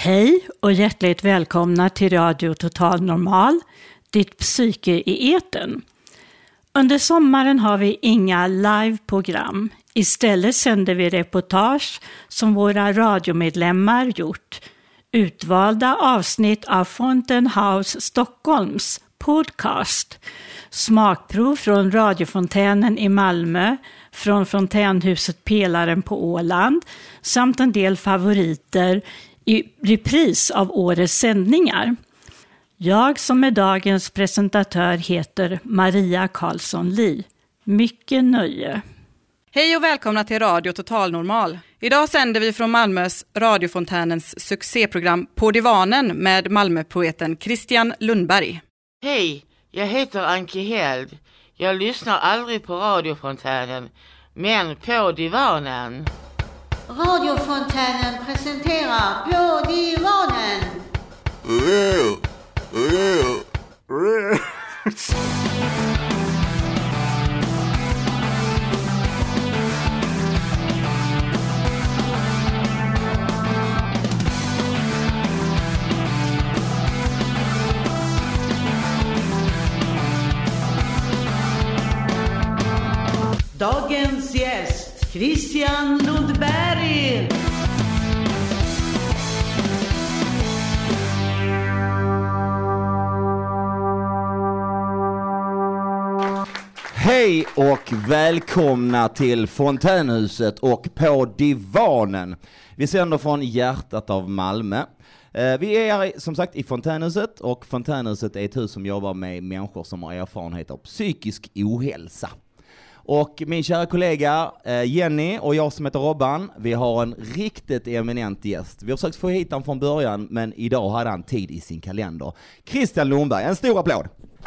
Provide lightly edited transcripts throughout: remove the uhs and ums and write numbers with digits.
Hej och hjärtligt välkomna till Radio Total Normal, ditt psyke i etern. Under sommaren har vi inga liveprogram. Istället sänder vi reportage som våra radiomedlemmar gjort. Utvalda avsnitt av Fountain House Stockholms podcast. Smakprov från radiofontänen i Malmö, från fontänhuset Pelaren på Åland samt en del favoriter i repris av årets sändningar. Jag som är dagens presentatör heter Maria Karlsson-Li. Mycket nöje. Hej och välkomna till Radio Total Normal. Idag sänder vi från Malmös radiofontänens succéprogram På divanen med Malmöpoeten Christian Lundberg. Hej, jag heter Anke Held. Jag lyssnar aldrig på radiofontänen, men på divanen. Radiofontänen presenterar På divanen. Dagens gäst, Christian Lundberg. Hej och välkomna till Fontänhuset och På divanen. Vi sänder från hjärtat av Malmö. Vi är som sagt i Fontänhuset, och Fontänhuset är ett hus som jobbar med människor som har erfarenhet av psykisk ohälsa. Och min kära kollega Jenny och jag som heter Robban, vi har en riktigt eminent gäst. Vi har försökt få hit han från början, men idag hade han tid i sin kalender. Christian Lundberg, en stor applåd.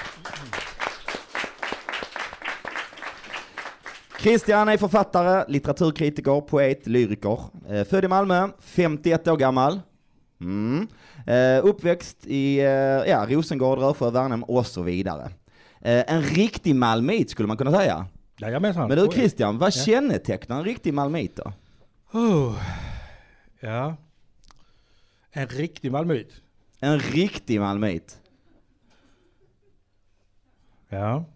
Christian är författare, litteraturkritiker, poet, lyriker. Född i Malmö, 51 år gammal. Uppväxt i Rosengård, Rörsjö, Värnhem och så vidare. En riktig malmöit skulle man kunna säga. Jajamensan. Men du Christian, vad kännetecknar en riktig malmöit då? Ja. En riktig malmöit. En riktig malmöit. Ja.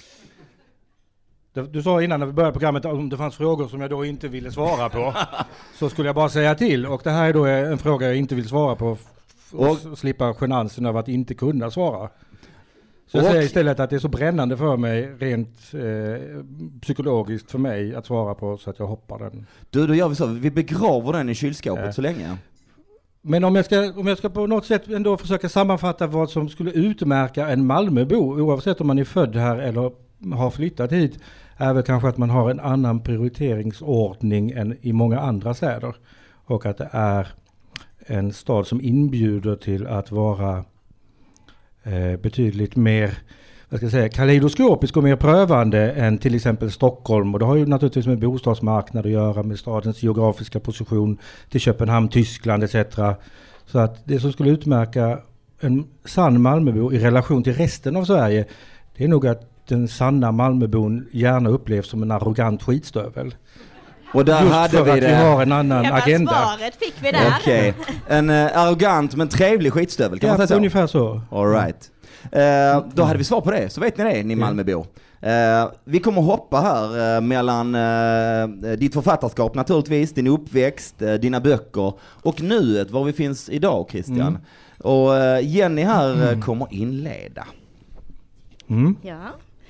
Du sa innan när vi började programmet om det fanns frågor som jag då inte ville svara på. Så skulle jag bara säga till. Och det här är då en fråga jag inte vill svara på. Och slippa genansen av att inte kunna svara. Så jag säger istället att det är så brännande för mig rent psykologiskt för mig att svara på, så att jag hoppar den. Då gör vi så. Vi begraver den i kylskåpet så länge. Men om jag ska på något sätt ändå försöka sammanfatta vad som skulle utmärka en Malmöbo, oavsett om man är född här eller har flyttat hit, är väl kanske att man har en annan prioriteringsordning än i många andra städer. Och att det är en stad som inbjuder till att vara betydligt mer, vad ska jag säga, kaleidoskopisk och mer prövande än till exempel Stockholm. Och det har ju naturligtvis med bostadsmarknad att göra, med stadens geografiska position till Köpenhamn, Tyskland etc. Så att det som skulle utmärka en sann Malmöbo i relation till resten av Sverige, det är nog att den sanna Malmöbon gärna upplevs som en arrogant skitstövel. Och där just hade för vi att det. Vi har en annan agenda. Svaret fick vi där. Okej. En arrogant men trevlig skitstövel, kan man säga så? Ungefär så. All right. Då hade vi svar på det, så vet ni det, ni Malmöbo. Vi kommer hoppa här mellan ditt författarskap naturligtvis, din uppväxt, dina böcker och nuet, var vi finns idag, Christian. Och Jenny här kommer inleda. Ja.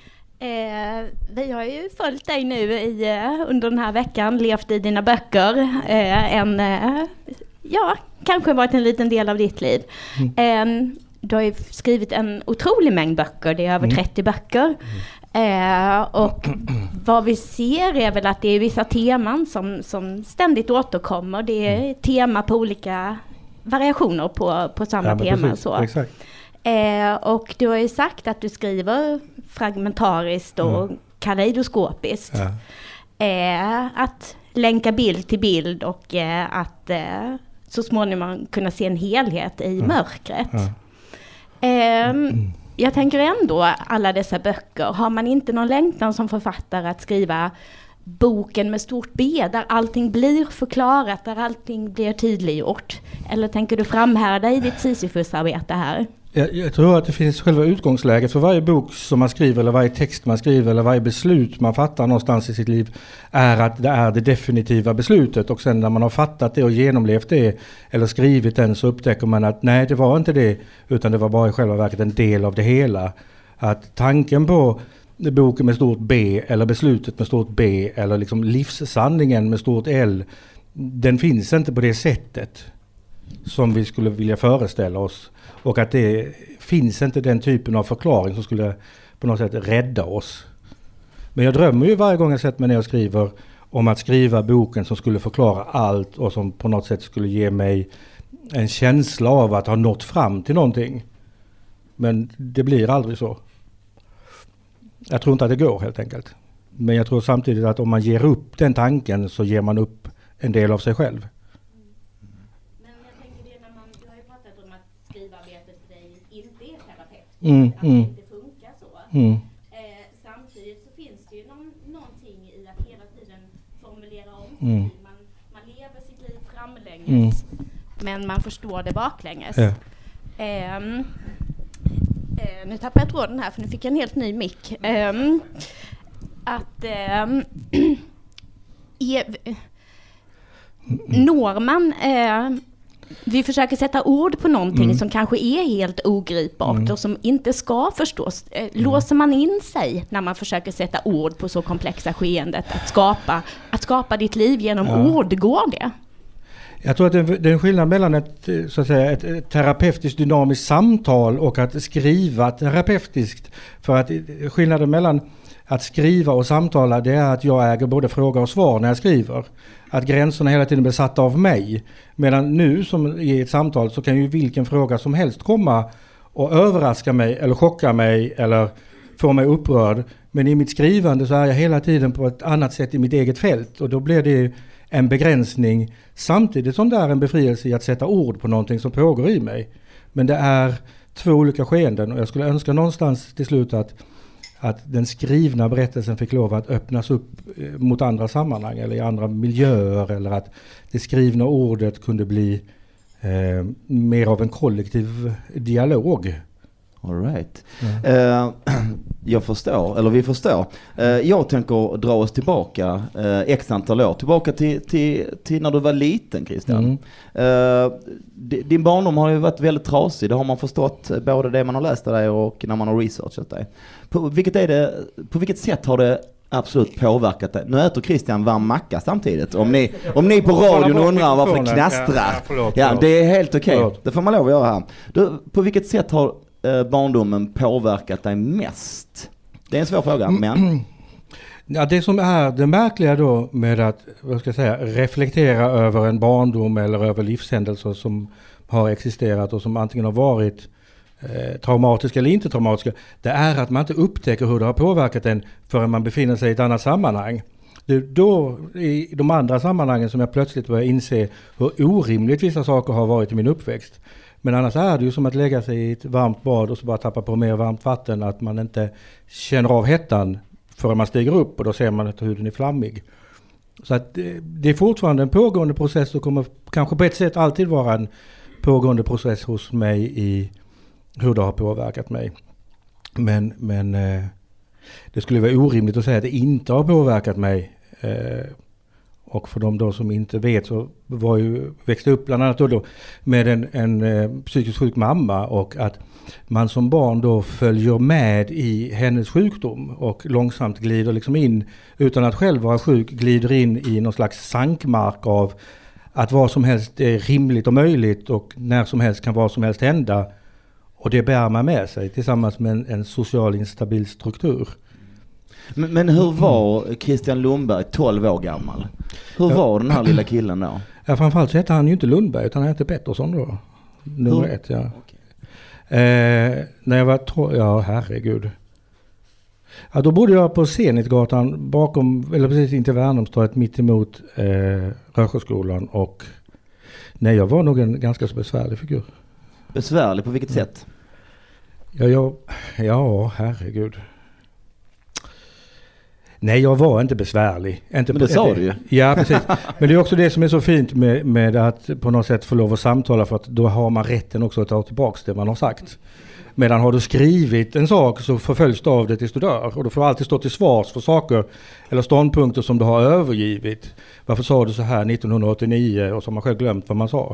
Vi har ju följt dig nu under den här veckan, levt i dina böcker. Kanske varit en liten del av ditt liv. Du har ju skrivit en otrolig mängd böcker, det är över 30 böcker. Och vad vi ser är väl att det är vissa teman som ständigt återkommer. Det är tema på olika variationer på samma tema. Precis, så. Exakt. Och du har ju sagt att du skriver fragmentariskt och kaleidoskopiskt. Att länka bild till bild och att så småningom kunna se en helhet i mörkret. Jag tänker ändå alla dessa böcker, har man inte någon längtan som författare att skriva boken med stort B, där allting blir förklarat, där allting blir tydliggjort? Eller tänker du framhärda i ditt Sisyfos-arbete här? Jag tror att det finns själva utgångsläget för varje bok som man skriver, eller varje text man skriver, eller varje beslut man fattar någonstans i sitt liv, är att det är det definitiva beslutet. Och sen när man har fattat det och genomlevt det, eller skrivit den, så upptäcker man att nej, det var inte det, utan det var bara i själva verket en del av det hela. Att tanken på boken med stort B, eller beslutet med stort B, eller liksom livssanningen med stort L, den finns inte på det sättet som vi skulle vilja föreställa oss. Och att det finns inte den typen av förklaring som skulle på något sätt rädda oss. Men jag drömmer ju varje gång jag sätter mig ner och skriver om att skriva boken som skulle förklara allt och som på något sätt skulle ge mig en känsla av att ha nått fram till någonting. Men det blir aldrig så. Jag tror inte att det går helt enkelt. Men jag tror samtidigt att om man ger upp den tanken så ger man upp en del av sig själv. Men jag tänker det när du har ju pratat om att skrivarbetet för dig inte är terapeutiskt, att det inte funkar så. Samtidigt så finns det ju någonting i att hela tiden formulera om sitt liv. Man lever sitt liv framlänges, men man förstår det baklänges. Ja. Nu tappar jag tråden här för nu fick jag en helt ny mick. Når man... vi försöker sätta ord på någonting som kanske är helt ogripbart och som inte ska förstås. Låser man in sig när man försöker sätta ord på så komplexa skeendet? Att skapa ditt liv genom ord, går det? Jag tror att det är en skillnad mellan ett terapeutiskt dynamiskt samtal och att skriva terapeutiskt. För att skillnaden mellan att skriva och samtala, det är att jag äger både fråga och svar när jag skriver. Att gränserna hela tiden blir satta av mig. Medan nu som i ett samtal så kan ju vilken fråga som helst komma och överraska mig eller chocka mig eller få mig upprörd. Men i mitt skrivande så är jag hela tiden på ett annat sätt i mitt eget fält. Och då blir det en begränsning samtidigt som det är en befrielse i att sätta ord på någonting som pågår i mig. Men det är två olika skeenden och jag skulle önska någonstans till slut att den skrivna berättelsen fick lov att öppnas upp mot andra sammanhang eller i andra miljöer, eller att det skrivna ordet kunde bli mer av en kollektiv dialog. All right. Jag förstår, eller vi förstår. Jag tänker dra oss tillbaka x antal år. Tillbaka till när du var liten, Christian. Din barndom har ju varit väldigt trasig. Det har man förstått, både det man har läst av dig och när man har researchat dig. På vilket sätt har det absolut påverkat dig? Nu äter Christian varm macka samtidigt. Om ni på radion undrar varför knastrar. Ja, det är helt okej. Det får man lov att göra här. På vilket sätt har barndomen påverkat dig mest? Det är en svår fråga, men... Ja, det som är det märkliga då med att reflektera över en barndom eller över livshändelser som har existerat och som antingen har varit traumatiska eller inte traumatiska, det är att man inte upptäcker hur det har påverkat en förrän man befinner sig i ett annat sammanhang. Det är då i de andra sammanhangen som jag plötsligt börjar inse hur orimligt vissa saker har varit i min uppväxt. Men annars är det ju som att lägga sig i ett varmt bad och så bara tappa på mer varmt vatten, att man inte känner av hettan förrän man stiger upp och då ser man att huden är flammig. Så att det är fortfarande en pågående process och kommer kanske på ett sätt alltid vara en pågående process hos mig i hur det har påverkat mig. Men det skulle vara orimligt att säga att det inte har påverkat mig. Och för de då som inte vet så växte upp bland annat då med en psykiskt sjuk mamma, och att man som barn då följer med i hennes sjukdom och långsamt glider liksom in, utan att själv vara sjuk, glider in i någon slags sankmark av att vad som helst är rimligt och möjligt och när som helst kan vad som helst hända. Och det bär man med sig tillsammans med en social instabil struktur. Men hur var Christian Lundberg 12 år gammal? Hur var den här lilla killen då? Ja, framförallt så hette han ju inte Lundberg utan han hette Pettersson då. Nummer 1, ja. Okay. När jag var ja herregud. Ja, då bodde jag på Zenitgatan bakom, eller precis inte Värnamstorget, mitt emot Rörsjöskolan, och nej, jag var nog en ganska så besvärlig figur. Besvärlig på vilket sätt? Ja, herregud. Nej, jag var inte besvärlig. Inte Men det sa du ju. Ja, precis. Men det är också det som är så fint med att på något sätt få lov att samtala, för att då har man rätten också att ta tillbaka det man har sagt. Medan har du skrivit en sak så förföljs du av det tills du dör. Och du får alltid stå till svars för saker eller ståndpunkter som du har övergivit. Varför sa du så här 1989 och så har man själv glömt vad man sa?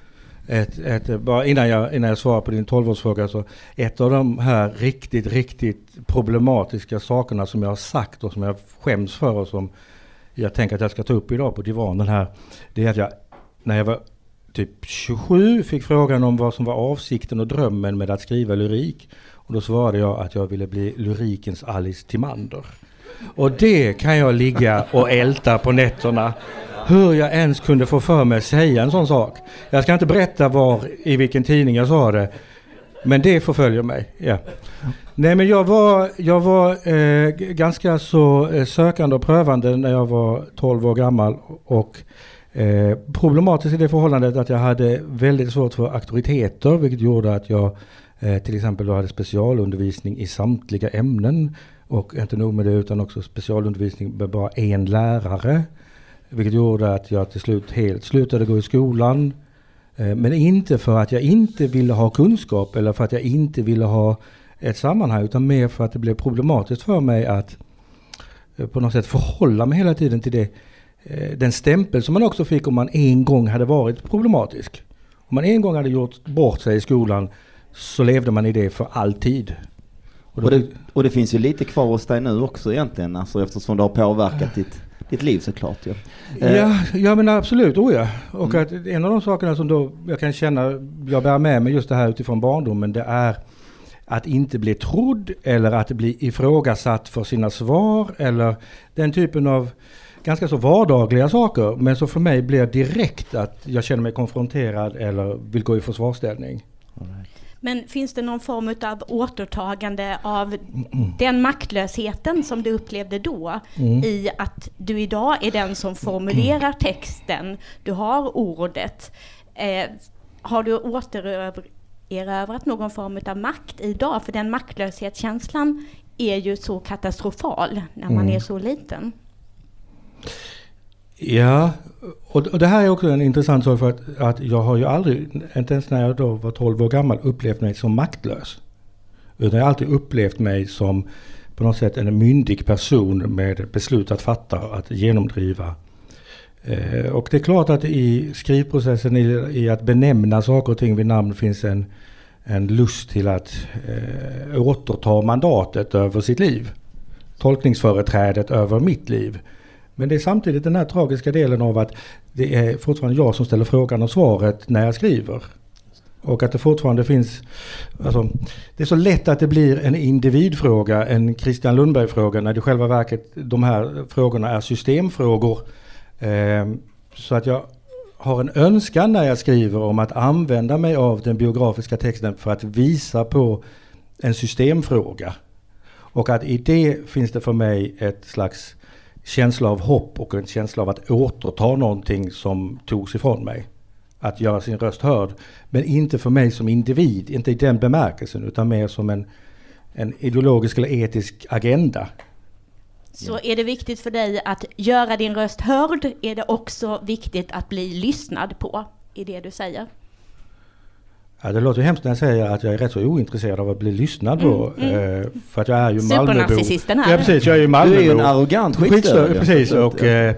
Bara innan jag svarar på din 12-årsfråga, så ett av de här riktigt problematiska sakerna som jag har sagt och som jag skäms för och som jag tänker att jag ska ta upp idag på divanen här, det är att jag när jag var typ 27 fick frågan om vad som var avsikten och drömmen med att skriva lyrik, och då svarade jag att jag ville bli lyrikens Alice Timander. Och det kan jag ligga och älta på nätterna. Hur jag ens kunde få för mig att säga en sån sak. Jag ska inte berätta i vilken tidning jag sa det, men det förföljer mig. Ja. Nej, men jag var ganska så sökande och prövande när jag var 12 år gammal, och problematiskt i det förhållandet att jag hade väldigt svårt för auktoriteter, vilket gjorde att jag till exempel då hade specialundervisning i samtliga ämnen, och inte nog med det utan också specialundervisning med bara en lärare, vilket gjorde att jag till slut helt slutade gå i skolan, men inte för att jag inte ville ha kunskap eller för att jag inte ville ha ett sammanhang, utan mer för att det blev problematiskt för mig att på något sätt förhålla mig hela tiden till det. Den stämpel som man också fick om man en gång hade varit problematisk. Om man en gång hade gjort bort sig i skolan, så levde man i det för alltid. Och det finns ju lite kvar hos dig nu också egentligen, alltså, eftersom det har påverkat ditt liv såklart. Ja, men absolut. Och att en av de sakerna som då jag kan känna, jag bär med mig just det här utifrån barndomen, det är att inte bli trodd eller att bli ifrågasatt för sina svar, eller den typen av ganska så vardagliga saker, men så för mig blir direkt att jag känner mig konfronterad eller vill gå i försvarsställning. Men finns det någon form av återtagande av den maktlösheten som du upplevde då, i att du idag är den som formulerar texten, du har ordet, har du återerövrat någon form av makt idag? För den maktlöshetskänslan är ju så katastrofal när man är så liten. Ja, och det här är också en intressant sak, för att jag har ju aldrig, inte ens när jag då var 12 år gammal, upplevt mig som maktlös. Utan jag har alltid upplevt mig som på något sätt en myndig person med beslut att fatta, att genomdriva. Och det är klart att i skrivprocessen, i att benämna saker och ting vid namn, finns en lust till att återta mandatet över sitt liv. Tolkningsföreträdet över mitt liv. Men det är samtidigt den här tragiska delen av att det är fortfarande jag som ställer frågan och svaret när jag skriver. Och att det fortfarande finns, alltså, det är så lätt att det blir en individfråga, en Christian Lundberg-fråga, när det i själva verket de här frågorna är systemfrågor. Så att jag har en önskan när jag skriver om att använda mig av den biografiska texten för att visa på en systemfråga. Och att i det finns det för mig ett slags känsla av hopp och en känsla av att återta någonting som togs ifrån mig. Att göra sin röst hörd. Men inte för mig som individ, inte i den bemärkelsen, utan mer som en ideologisk eller etisk agenda. Så är det viktigt för dig att göra din röst hörd, är det också viktigt att bli lyssnad på i det du säger? Ja, det låter hemskt när jag säger att jag är rätt så ointresserad av att bli lyssnad på. För att jag är ju Malmöbo. Supernarcissisten här. Ja, precis. Jag är ju Malmöbo. Du är ju en arrogant skitstöd. Precis. Och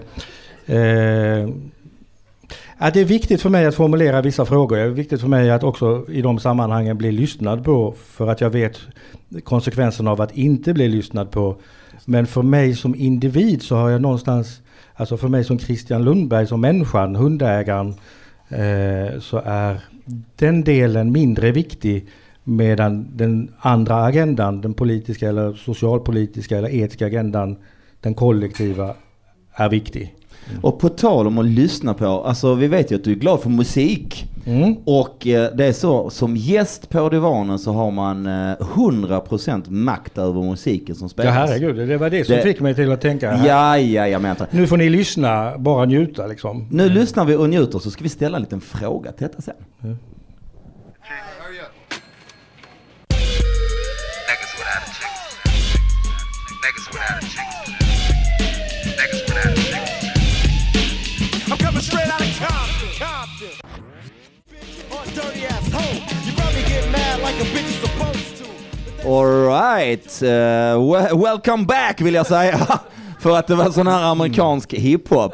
det är viktigt för mig att formulera vissa frågor. Det är viktigt för mig att också i de sammanhangen bli lyssnad på. För att jag vet konsekvensen av att inte bli lyssnad på. Men för mig som individ så har jag någonstans, alltså för mig som Christian Lundberg, som människan, hundägaren, så är den delen mindre viktig, medan den andra agendan, den politiska eller socialpolitiska eller etiska agendan, den kollektiva, är viktig. Och på tal om att lyssna på, alltså vi vet ju att du är glad för musik. Och det är så, som gäst på divanen så har man 100% makt över musiken som spelas. Ja, herregud, det var det som fick mig till att tänka här. Ja, men nu får ni lyssna, bara njuta liksom. Nu lyssnar vi och njuter, så ska vi ställa en liten fråga till detta sen. All right, welcome back vill jag säga. För att det var sån här amerikansk hiphop.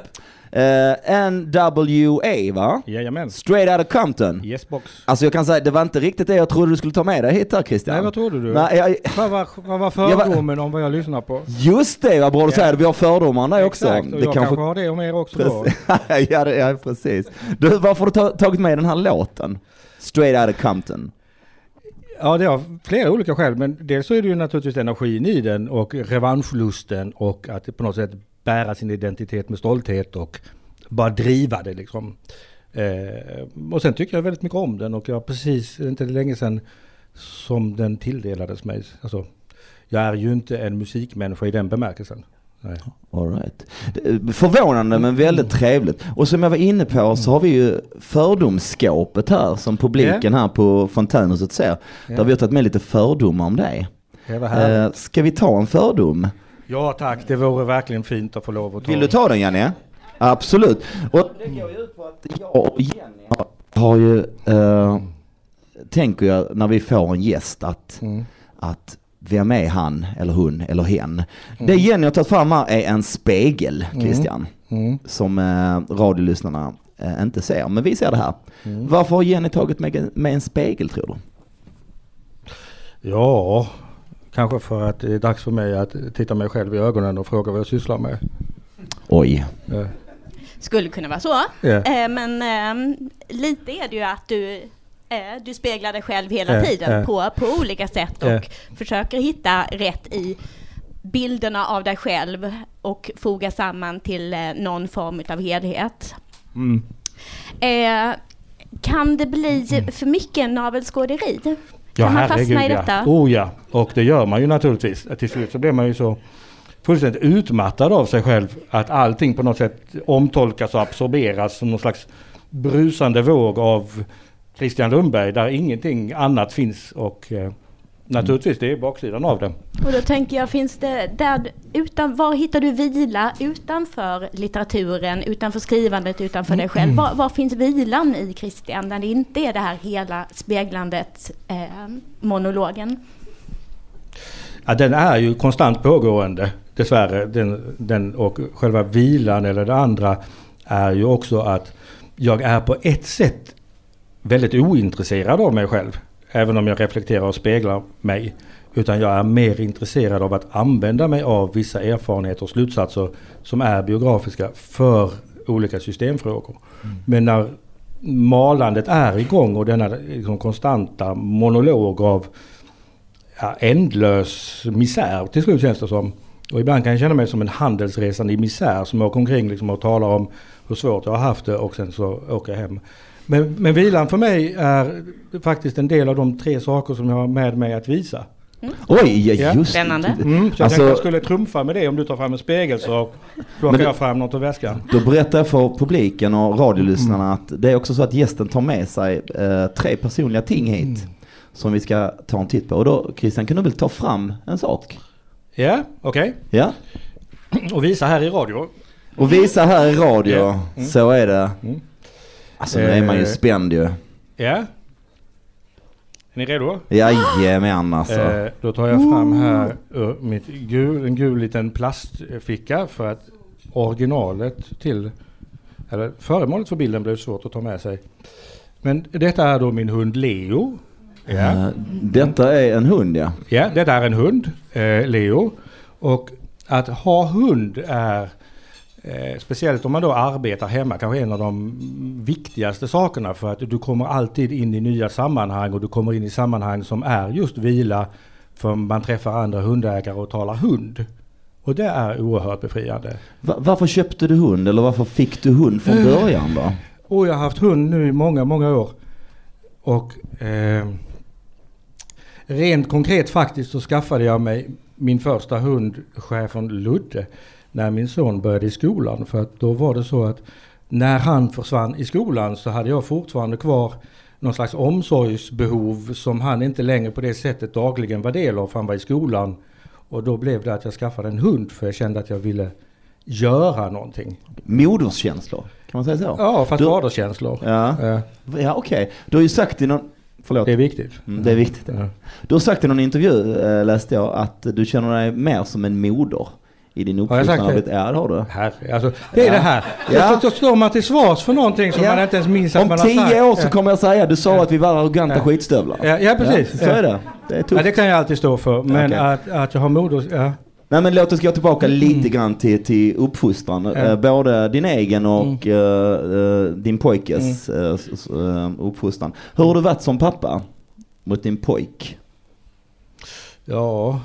NWA, va? Jajamän. Straight Outta Compton. Yes, box. Alltså jag kan säga, det var inte riktigt det jag trodde du skulle ta med dig hit här, Christian. Nej, vad trodde du? Nej, Vad var fördomen om vad jag lyssnar på? Just det, vad bra du säger. Vi har fördomar där också. Exakt, och det jag kanske har det om er också då. Ja, precis. Du, varför har du tagit med den här låten? Straight Outta Compton. Ja, det har flera olika skäl, men dels så är det ju naturligtvis energin i den och revanschlusten och att på något sätt bära sin identitet med stolthet och bara driva det liksom. Och sen tycker jag väldigt mycket om den och jag precis, inte länge sedan som den tilldelades mig. Alltså, jag är ju inte en musikmänniska i den bemärkelsen. Nej. All right. Förvånande men väldigt trevligt. Och som jag var inne på så har vi ju fördomsskåpet här som publiken här på Fontänhuset ser. Där vi har tagit med lite fördomar om dig. Ska vi ta en fördom? Ja tack, det vore verkligen fint att få lov att ta. Vill du ta den, Janne? Absolut. Och det går ju ut på att jag och Jenny har ju tänker jag när vi får en gäst att vem är han eller hon eller hen? Det Jenny har tagit fram här är en spegel, Christian. Som radiolyssnarna inte ser. Men vi ser det här. Varför har Jenny tagit med en spegel, tror du? Ja, kanske för att det är dags för mig att titta mig själv i ögonen och fråga vad jag sysslar med. Oj. Skulle kunna vara så. Yeah. Men lite är det ju att du speglar dig själv hela tiden på olika sätt och försöker hitta rätt i bilderna av dig själv och foga samman till någon form av helhet. Kan det bli för mycket navelskåderi? Kan man fastna i detta? Oh ja, och det gör man ju naturligtvis. Till slut så blir man ju så fullständigt utmattad av sig själv att allting på något sätt omtolkas och absorberas som någon slags brusande våg av Christian Lundberg där ingenting annat finns och naturligtvis det är baksidan av det. Och då tänker jag, finns det där var hittar du vila utanför litteraturen, utanför skrivandet, utanför dig själv? Var finns vilan i Christian när det inte är det här hela speglandet, monologen? Ja, den är ju konstant pågående dessvärre. Den och själva vilan eller det andra är ju också att jag är på ett sätt väldigt ointresserad av mig själv. Även om jag reflekterar och speglar mig. Utan jag är mer intresserad av att använda mig av vissa erfarenheter och slutsatser som är biografiska för olika systemfrågor. Men när malandet är igång och denna liksom konstanta monolog av ändlös misär till slut känns det som. Och ibland kan jag känna mig som en handelsresande i misär som åker omkring liksom och talar om hur svårt jag har haft det och sen så åker jag hem. Men vilan för mig är faktiskt en del av de 3 saker som jag har med mig att visa. Oj, just spännande. Så jag tänkte jag skulle trumfa med det om du tar fram en spegel så plockar jag fram något ur väskan. Då berättar jag för publiken och radiolyssnarna att det är också så att gästen tar med sig 3 personliga ting hit som vi ska ta en titt på. Och då, Christian, kan du väl ta fram en sak? Ja, okej. Ja. Och visa här i radio. Och visa här i radio, så är det. Alltså nu är man ju spänd ju. Ja. Är ni redo? Jajamän alltså. Då tar jag fram här en gul liten plastficka för att originalet till, eller föremålet för bilden blev svårt att ta med sig. Men detta är då min hund Leo. Ja. Detta är en hund, ja. Ja, detta är en hund, Leo. Och att ha hund är speciellt om man då arbetar hemma, kanske en av de viktigaste sakerna för att du kommer alltid in i nya sammanhang och du kommer in i sammanhang som är just vila för man träffar andra hundägare och talar hund. Och det är oerhört befriande. Varför köpte du hund eller varför fick du hund från början då? Jag har haft hund nu i många, många år. Och rent konkret faktiskt så skaffade jag mig min första hund, schäfern Ludde, när min son började i skolan. För att då var det så att när han försvann i skolan så hade jag fortfarande kvar någon slags omsorgsbehov som han inte längre på det sättet dagligen var del av för han var i skolan. Och då blev det att jag skaffade en hund för jag kände att jag ville göra någonting. Moderskänslor, kan man säga så? Ja, fast faderskänslor. Ja, okej. Du har ju sagt i Förlåt. Det är viktigt. Det är viktigt. Ja. Du har sagt i någon intervju, läste jag, att du känner dig mer som en moder i din uppfostran. Ja, det har du. Alltså, det är det här. Så står man till svars för någonting som man inte ens minns att man har sagt. Om 10 år så kommer jag säga, du sa att vi var arroganta skitstövlar. Ja, precis. Så är det. Det är tufft. Det kan jag alltid stå för. Men att jag har moder... Nej, men låt oss gå tillbaka lite grann till uppfostran. Både din egen och din pojkes uppfostran. Hur har du varit som pappa mot din pojk? Ja...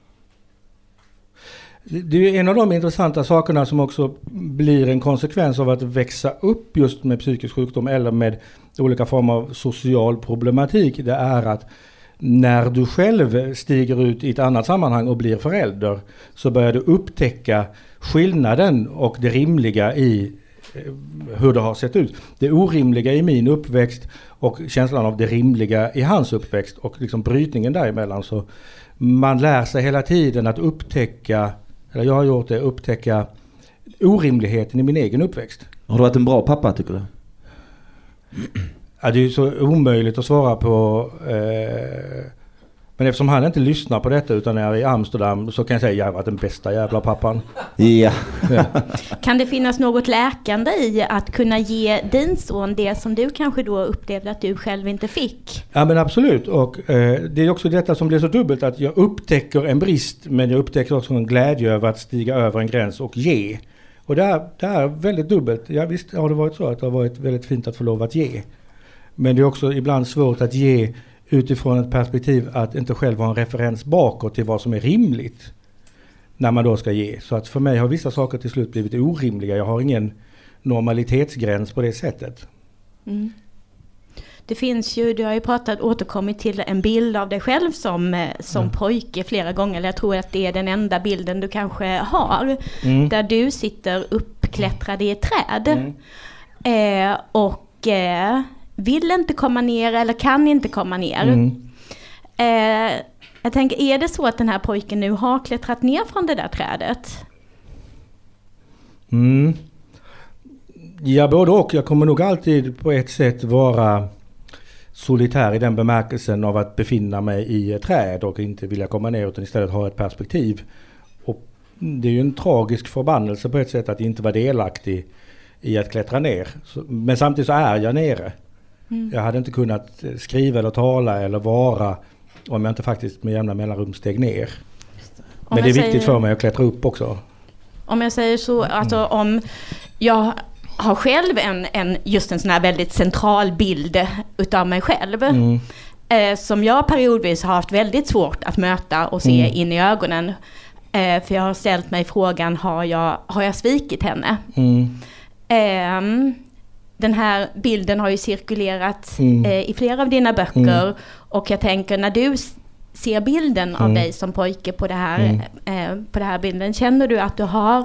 Det är en av de intressanta sakerna som också blir en konsekvens av att växa upp just med psykisk sjukdom eller med olika former av social problematik. Det är att när du själv stiger ut i ett annat sammanhang och blir förälder så börjar du upptäcka skillnaden och det rimliga i hur det har sett ut. Det orimliga i min uppväxt och känslan av det rimliga i hans uppväxt och liksom brytningen däremellan. Så man lär sig hela tiden att upptäcka, eller jag har gjort det, upptäcka orimligheten i min egen uppväxt. Har du varit en bra pappa, tycker du? Ja, det är ju så omöjligt att svara på. Men eftersom han inte lyssnar på detta utan är i Amsterdam så kan jag säga att jag har varit den bästa jävla pappan. Ja. Kan det finnas något läkande i att kunna ge din son det som du kanske då upplevde att du själv inte fick? Ja, men absolut. Och det är också detta som blir så dubbelt, att jag upptäcker en brist men jag upptäcker också en glädje över att stiga över en gräns och ge. Och det är väldigt dubbelt. Ja, visst har det varit så att det har varit väldigt fint att få lov att ge. Men det är också ibland svårt att ge utifrån ett perspektiv att inte själv ha en referens bakåt till vad som är rimligt när man då ska ge. Så att för mig har vissa saker till slut blivit orimliga. Jag har ingen normalitetsgräns på det sättet. Mm. Det finns ju, du har ju återkommit till en bild av dig själv som pojke flera gånger. Jag tror att det är den enda bilden du kanske har. Där du sitter uppklättrad i ett träd. Vill inte komma ner eller kan inte komma ner. Jag tänker, är det så att den här pojken nu har klättrat ner från det där trädet? Ja, både och. Jag kommer nog alltid på ett sätt vara solitär i den bemärkelsen av att befinna mig i ett träd och inte vilja komma ner utan istället ha ett perspektiv. Och det är ju en tragisk förbannelse på ett sätt att inte vara delaktig i att klättra ner. Men samtidigt så är jag nere. Jag hade inte kunnat skriva eller tala eller vara om jag inte faktiskt med jämna mellanrum steg ner. Men det är viktigt för mig att klättra upp också. Om jag säger så, alltså om jag har själv just en sån här väldigt central bild utav mig själv. Som jag periodvis har haft väldigt svårt att möta och se in i ögonen. För jag har ställt mig frågan, har jag svikit henne? Den här bilden har ju cirkulerat i flera av dina böcker. Och jag tänker, när du ser bilden av dig som pojke på det här bilden, känner du att du har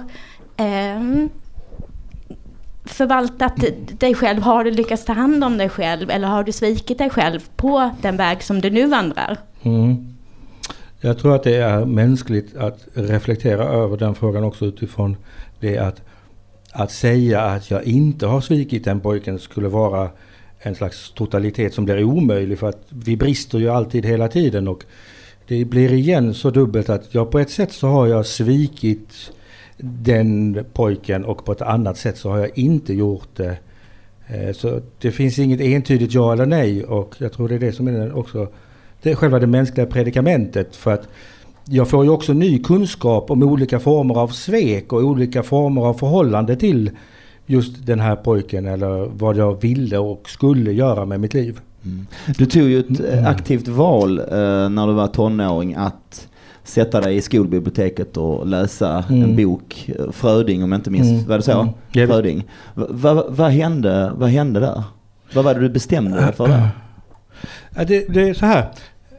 förvaltat dig själv? Har du lyckats ta hand om dig själv? Eller har du svikit dig själv på den väg som du nu vandrar? Jag tror att det är mänskligt att reflektera över den frågan också utifrån det att säga att jag inte har svikit den pojken skulle vara en slags totalitet som blir omöjlig, för att vi brister ju alltid hela tiden och det blir igen så dubbelt att jag på ett sätt så har jag svikit den pojken och på ett annat sätt så har jag inte gjort det. Så det finns inget entydigt ja eller nej och jag tror det är det som är också det är själva det mänskliga predikamentet, för att jag får ju också ny kunskap om olika former av svek och olika former av förhållande till just den här pojken eller vad jag ville och skulle göra med mitt liv. Du tog ju ett aktivt val när du var tonåring att sätta dig i skolbiblioteket och läsa en bok, Fröding om jag inte minns, var det så? Fröding. Vad hände där? Vad var det du bestämde dig för där? Ja, det är så här.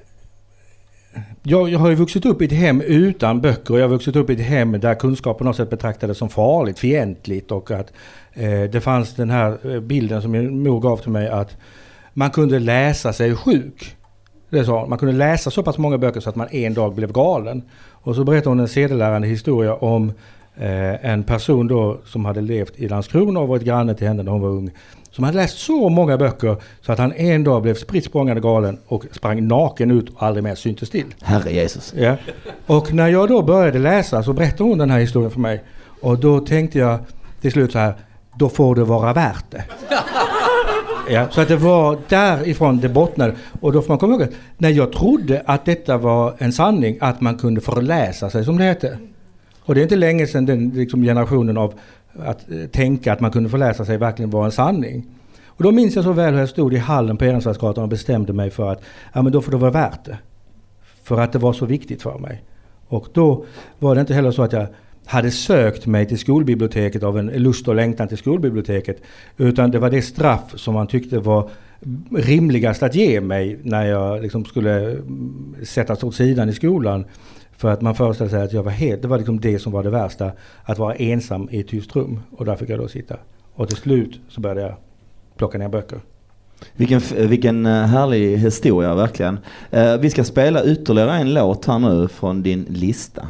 Jag har ju vuxit upp i ett hem utan böcker och jag har vuxit upp i ett hem där kunskap på något sätt betraktades som farligt, fientligt och att det fanns den här bilden som min mor gav till mig att man kunde läsa sig sjuk. Det är så, man kunde läsa så pass många böcker så att man en dag blev galen. Och så berättade hon en sedelärande historia om en person då som hade levt i Landskrona och varit granne till henne när hon var ung. som hade läst så många böcker så att han en dag blev spritt språngande galen och sprang naken ut och aldrig mer syntes till. Herre Jesus. Ja. Och när jag då började läsa så berättade hon den här historien för mig. Och då tänkte jag till slut så här, då får det vara värt det. Ja, så att det var därifrån det bottnade. Och då får man komma ihåg att när jag trodde att detta var en sanning, att man kunde förläsa sig som det heter. Och det är inte länge sedan den liksom, generationen av att tänka att man kunde förläsa sig verkligen var en sanning. Och då minns jag så väl hur jag stod i hallen på Ehrensvärdsgatan och bestämde mig för att ja, men då får det vara värt det. För att det var så viktigt för mig. Och då var det inte heller så att jag hade sökt mig till skolbiblioteket av en lust och längtan till skolbiblioteket. Utan det var det straff som man tyckte var rimligast att ge mig när jag liksom skulle sättas åt sidan i skolan. För att man föreställde sig att jag var det var liksom det som var det värsta, att vara ensam i ett tyst rum. Och där fick jag då sitta. Och till slut så började jag plocka ner böcker. Vilken härlig historia verkligen. Vi ska spela ytterligare en låt här nu från din lista.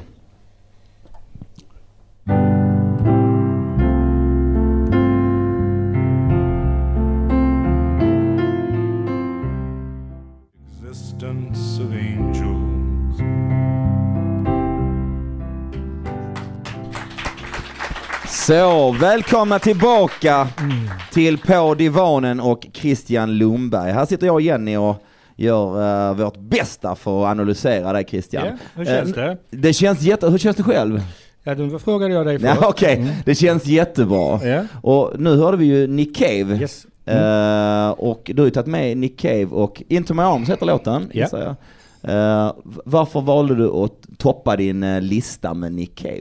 Existence of angels. Så, välkomna tillbaka till På divanen och Christian Lundberg. Här sitter jag och Jenny och gör vårt bästa för att analysera dig, Christian. Ja, hur känns det? Det känns hur känns det själv? Ja, då frågade jag dig först. Ja, okej. Det känns jättebra. Ja. Och nu hörde vi ju Nick Cave. Yes. Och du har ju tagit med Nick Cave och Into My Arms heter låten. Ja. Varför valde du att toppa din lista med Nick Cave?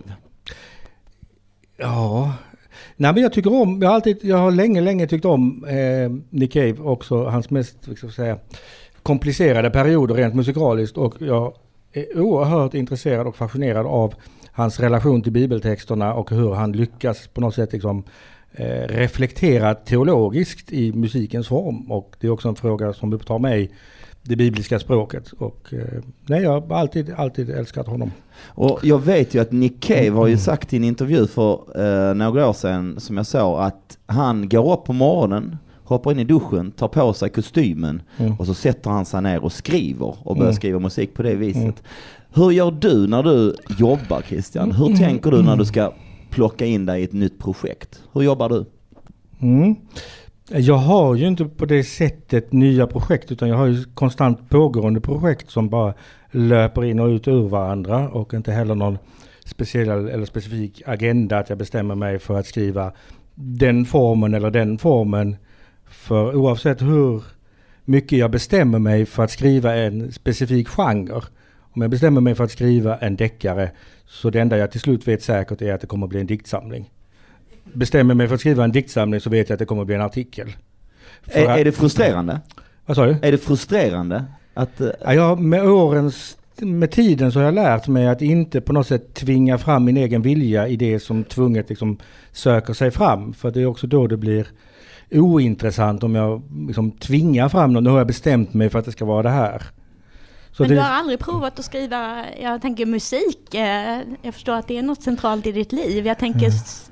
Ja, nej, men jag tycker om, jag har länge tyckt om Nick Cave, också hans mest liksom säga, komplicerade perioder rent musikaliskt, och jag är oerhört intresserad och fascinerad av hans relation till bibeltexterna och hur han lyckas på något sätt liksom, reflektera teologiskt i musikens form, och det är också en fråga som upptar mig, det bibliska språket, och nej, jag har alltid älskat honom. Och jag vet ju att Nick Cave har ju sagt i en intervju för några år sedan, som jag sa, att han går upp på morgonen, hoppar in i duschen, tar på sig kostymen och så sätter han sig ner och skriver och börjar skriva musik på det viset. Hur gör du när du jobbar, Christian? Hur tänker du när du ska plocka in dig i ett nytt projekt? Hur jobbar du? Jag har ju inte på det sättet nya projekt, utan jag har ju konstant pågående projekt som bara löper in och ut ur varandra, och inte heller någon speciell eller specifik agenda att jag bestämmer mig för att skriva den formen eller den formen. För oavsett hur mycket jag bestämmer mig för att skriva en specifik genre, om jag bestämmer mig för att skriva en deckare, så det enda jag till slut vet säkert är att det kommer att bli en diktsamling. Bestämmer mig för att skriva en diktsamling, så vet jag att det kommer att bli en artikel. Är det frustrerande? Vad sa du? Är det frustrerande? Att, Ja, med tiden så har jag lärt mig att inte på något sätt tvinga fram min egen vilja i det som tvunget liksom söker sig fram. För det är också då det blir ointressant om jag liksom tvingar fram något. Nu har jag bestämt mig för att det ska vara det här. Så men du har aldrig provat att skriva, jag tänker musik, jag förstår att det är något centralt i ditt liv. Jag tänker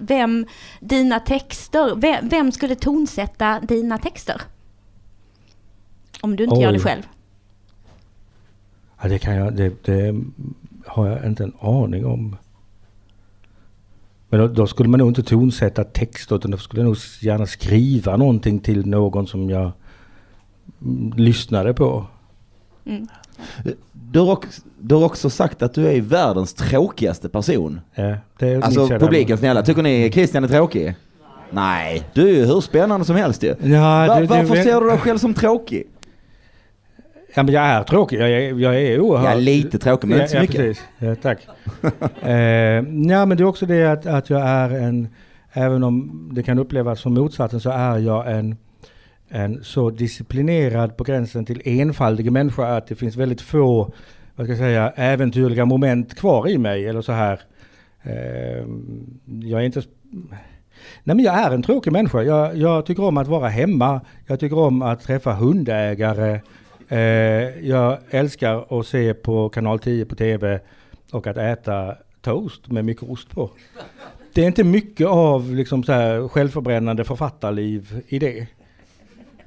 vem skulle tonsätta dina texter? Om du inte gör det själv. Ja, det har jag inte en aning om. Men då skulle man nog inte tonsätta texter, utan då skulle jag nog gärna skriva någonting till någon som jag lyssnade på. Du har också sagt att du är världens tråkigaste person. Ja, det är alltså publiken snälla, tycker ni Christian är tråkig? Nej, du är ju hur spännande som helst ju. Ja, varför ser du dig själv som tråkig? Ja, men jag är tråkig. Jag är oerhört... Jag är lite tråkig, men inte så mycket. Precis. Ja, tack. Ja, men det är också det att jag är även om det kan upplevas som motsatsen, så är jag en så disciplinerad på gränsen till enfaldig människa att det finns väldigt få, vad ska jag säga, äventyrliga moment kvar i mig, eller så här. Jag är inte... Nej, men jag är en tråkig människa. Jag tycker om att vara hemma. Jag tycker om att träffa hundägare. Jag älskar att se på kanal 10 på tv och att äta toast med mycket ost på. Det är inte mycket av liksom så här självförbrännande författarliv i det.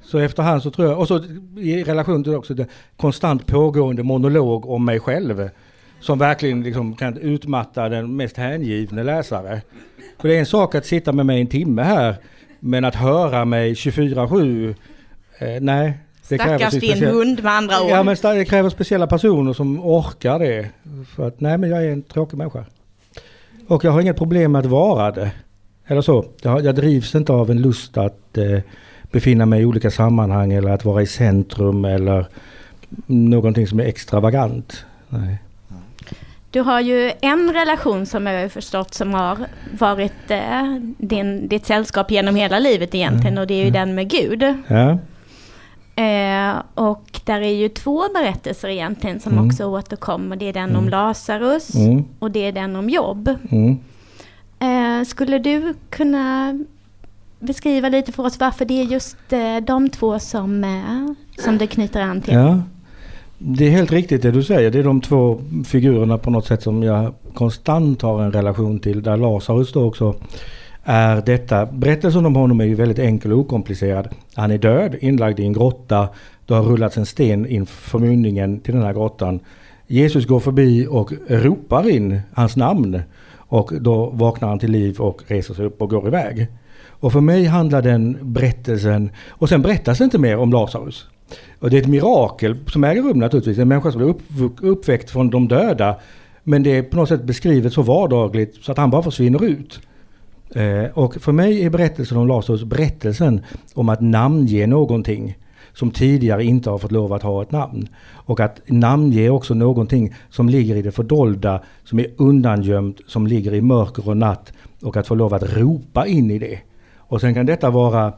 Så efterhand så tror jag, och så i relation till också det konstant pågående monolog om mig själv som verkligen liksom kan utmatta den mest hängivne läsare. För det är en sak att sitta med mig en timme här, men att höra mig 24/7, nej. Stackars din hund med andra ord. Ja, men det kräver speciella personer som orkar det. För att, nej, men jag är en tråkig människa. Och jag har inget problem med att vara det. Eller så. Jag drivs inte av en lust att befinna mig i olika sammanhang eller att vara i centrum eller någonting som är extravagant. Nej. Du har ju en relation som jag har förstått som har varit ditt sällskap genom hela livet egentligen, och det är ju den med Gud. Ja. Och där är ju 2 berättelser egentligen som också återkommer. Det är den om Lazarus och det är den om Jobb. Skulle du kunna beskriva lite för oss varför det är just de 2 som det knyter an till? Ja, det är helt riktigt det du säger. Det är de 2 figurerna på något sätt som jag konstant har en relation till. Där Lazarus då också är detta. Berättelsen om honom är ju väldigt enkel och okomplicerad. Han är död, inlagd i en grotta. Det har rullats en sten inför mynningen till den här grottan. Jesus går förbi och ropar in hans namn. Och då vaknar han till liv och reser sig upp och går iväg. Och för mig handlar den berättelsen, och sen berättas det inte mer om Lazarus. Och det är ett mirakel som äger rum naturligtvis. En människa som blir uppväckt från de döda. Men det är på något sätt beskrivet så vardagligt så att han bara försvinner ut. Och för mig är berättelsen om Lazarus berättelsen om att namnge någonting som tidigare inte har fått lov att ha ett namn. Och att namnge också någonting som ligger i det fördolda, som är undangömt, som ligger i mörker och natt, och att få lov att ropa in i det. Och sen kan detta vara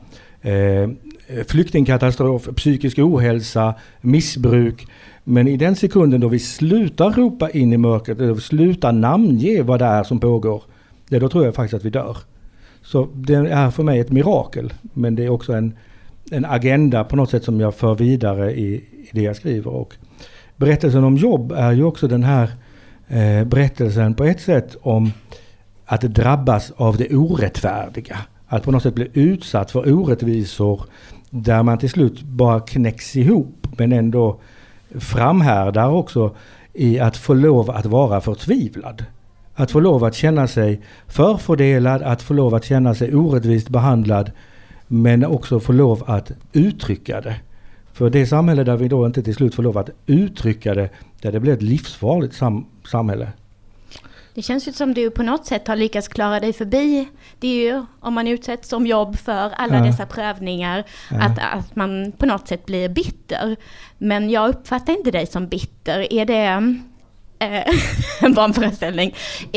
flyktingkatastrof, psykisk ohälsa, missbruk. Men i den sekunden då vi slutar ropa in i mörkret, då vi slutar namnge vad det är som pågår, då tror jag faktiskt att vi dör. Så det är för mig ett mirakel, men det är också en agenda på något sätt som jag för vidare i det jag skriver. Och berättelsen om Jobb är ju också den här berättelsen på ett sätt om att drabbas av det orättfärdiga. Att på något sätt bli utsatt för orättvisor där man till slut bara knäcks ihop, men ändå framhärdar också i att få lov att vara förtvivlad. Att få lov att känna sig förfördelad, att få lov att känna sig orättvist behandlad, men också få lov att uttrycka det. För det samhälle där vi då inte till slut får lov att uttrycka det, där det blir ett livsfarligt samhälle. Det känns ju som du på något sätt har lyckats klara dig förbi. Det är ju om man utsätts som Jobb för alla dessa prövningar, att man på något sätt blir bitter. Men jag uppfattar inte dig som bitter. Är det en vanföreställning?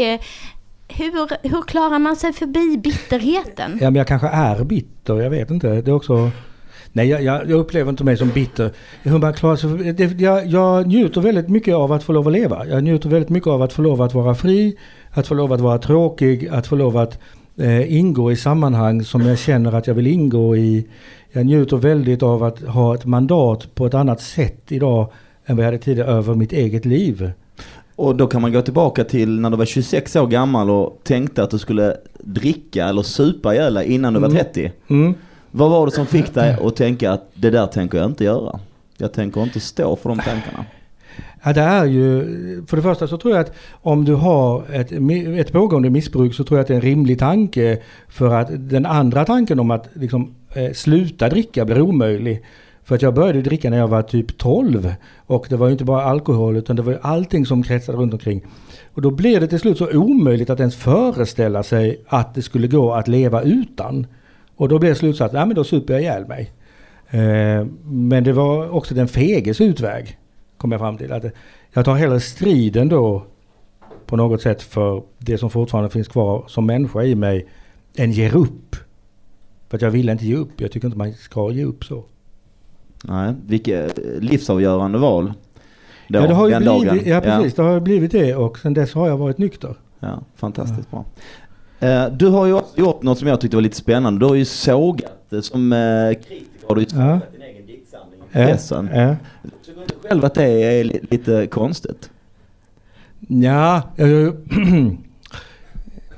Hur klarar man sig förbi bitterheten? Ja, men jag kanske är bitter, jag vet inte. Det är också... Nej, jag upplever inte mig som bitter. Hur man klarar sig jag njuter väldigt mycket av att få lov att leva. Jag njuter väldigt mycket av att få lov att vara fri, att få lov att vara tråkig, att få lov att ingå i sammanhang som jag känner att jag vill ingå i. Jag njuter väldigt av att ha ett mandat på ett annat sätt idag än vad jag hade tidigare över mitt eget liv. Och då kan man gå tillbaka till när du var 26 år gammal och tänkte att du skulle dricka eller supa ihjäl innan du var 30. Vad var det som fick dig att tänka att det där tänker jag inte göra? Jag tänker inte stå för de tankarna. Ja, det är ju, för det första så tror jag att om du har ett pågående missbruk så tror jag att det är en rimlig tanke, för att den andra tanken om att liksom, sluta dricka blir omöjlig. För att jag började dricka när jag var typ 12 och det var ju inte bara alkohol utan det var ju allting som kretsade runt omkring. Och då blev det till slut så omöjligt att ens föreställa sig att det skulle gå att leva utan. Och då blev slutsatsen, nej men då super jag ihjäl mig. Men det var också den feges utväg, kom jag fram till. Att jag tar hellre striden då på något sätt för det som fortfarande finns kvar som människa i mig än ger upp. För att jag vill inte ge upp, jag tycker inte man ska ge upp så. Nej, vilket livsavgörande val. Då, ja, det har ju blivit, ja, precis, det har blivit det och sen dess har jag varit nykter. Ja, fantastiskt bra. Du har ju gjort något som jag tyckte var lite spännande. Du har ju sågat som kritiker, har du sågat din egen diktsamling i pressen. Jag tycker inte själv att det är lite konstigt. Ja,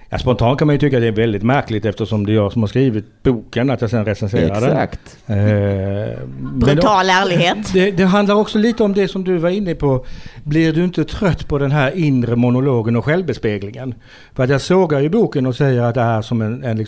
Ja, spontant kan man ju tycka att det är väldigt märkligt eftersom det är jag som har skrivit boken att jag sen recenserar den. Exakt. Brutal ärlighet. Det handlar också lite om det som du var inne på. Blir du inte trött på den här inre monologen och självbespeglingen? För att jag sågar i boken och säger att det är som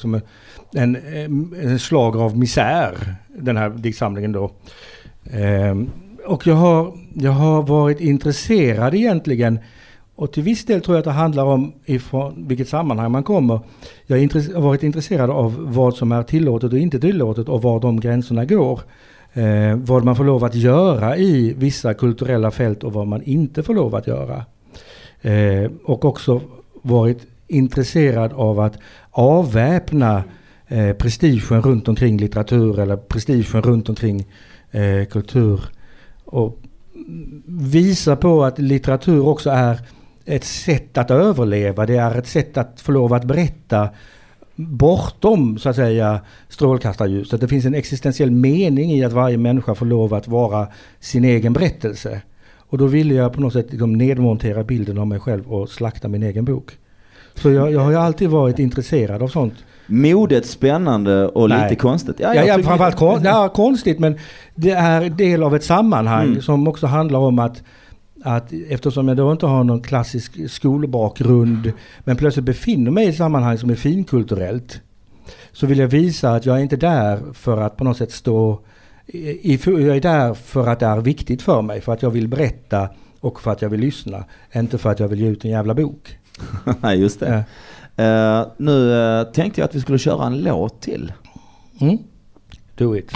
en slag av misär, den här diktsamlingen då. Och jag har varit intresserad egentligen, och till viss del tror jag att det handlar om ifrån vilket sammanhang man kommer. Jag har varit intresserad av vad som är tillåtet och inte tillåtet och var de gränserna går. Vad man får lov att göra i vissa kulturella fält och vad man inte får lov att göra. Och också varit intresserad av att avväpna prestigen runt omkring litteratur eller prestigen runt omkring kultur. Och visa på att litteratur också är ett sätt att överleva. Det är ett sätt att få lov att berätta bortom, så att säga, strålkastarljuset. Det finns en existentiell mening i att varje människa får lov att vara sin egen berättelse. Och då ville jag på något sätt liksom nedmontera bilden av mig själv och slakta min egen bok. Så jag har ju alltid varit intresserad av sånt. Modet spännande och lite konstigt. Ja, framförallt konstigt, men det är del av ett sammanhang som också handlar om att eftersom jag då inte har någon klassisk skolbakgrund men plötsligt befinner mig i ett sammanhang som är finkulturellt, så vill jag visa att jag är inte där för att på något sätt jag är där för att det är viktigt för mig, för att jag vill berätta och för att jag vill lyssna, inte för att jag vill ge ut en jävla bok. Nej, just det. Nu tänkte jag att vi skulle köra en låt till. Do it.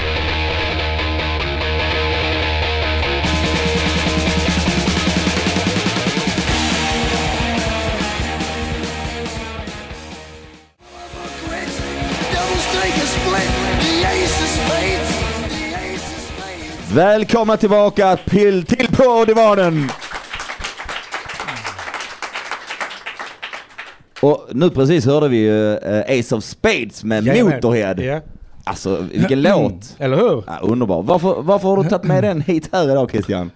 Välkomna tillbaka till På divanen. Och nu precis hörde vi ju Ace of Spades med Motorhead. Yeah. Alltså, vilken låt. Eller hur? Ja, underbar. Varför har du tagit med den hit här idag, Christian?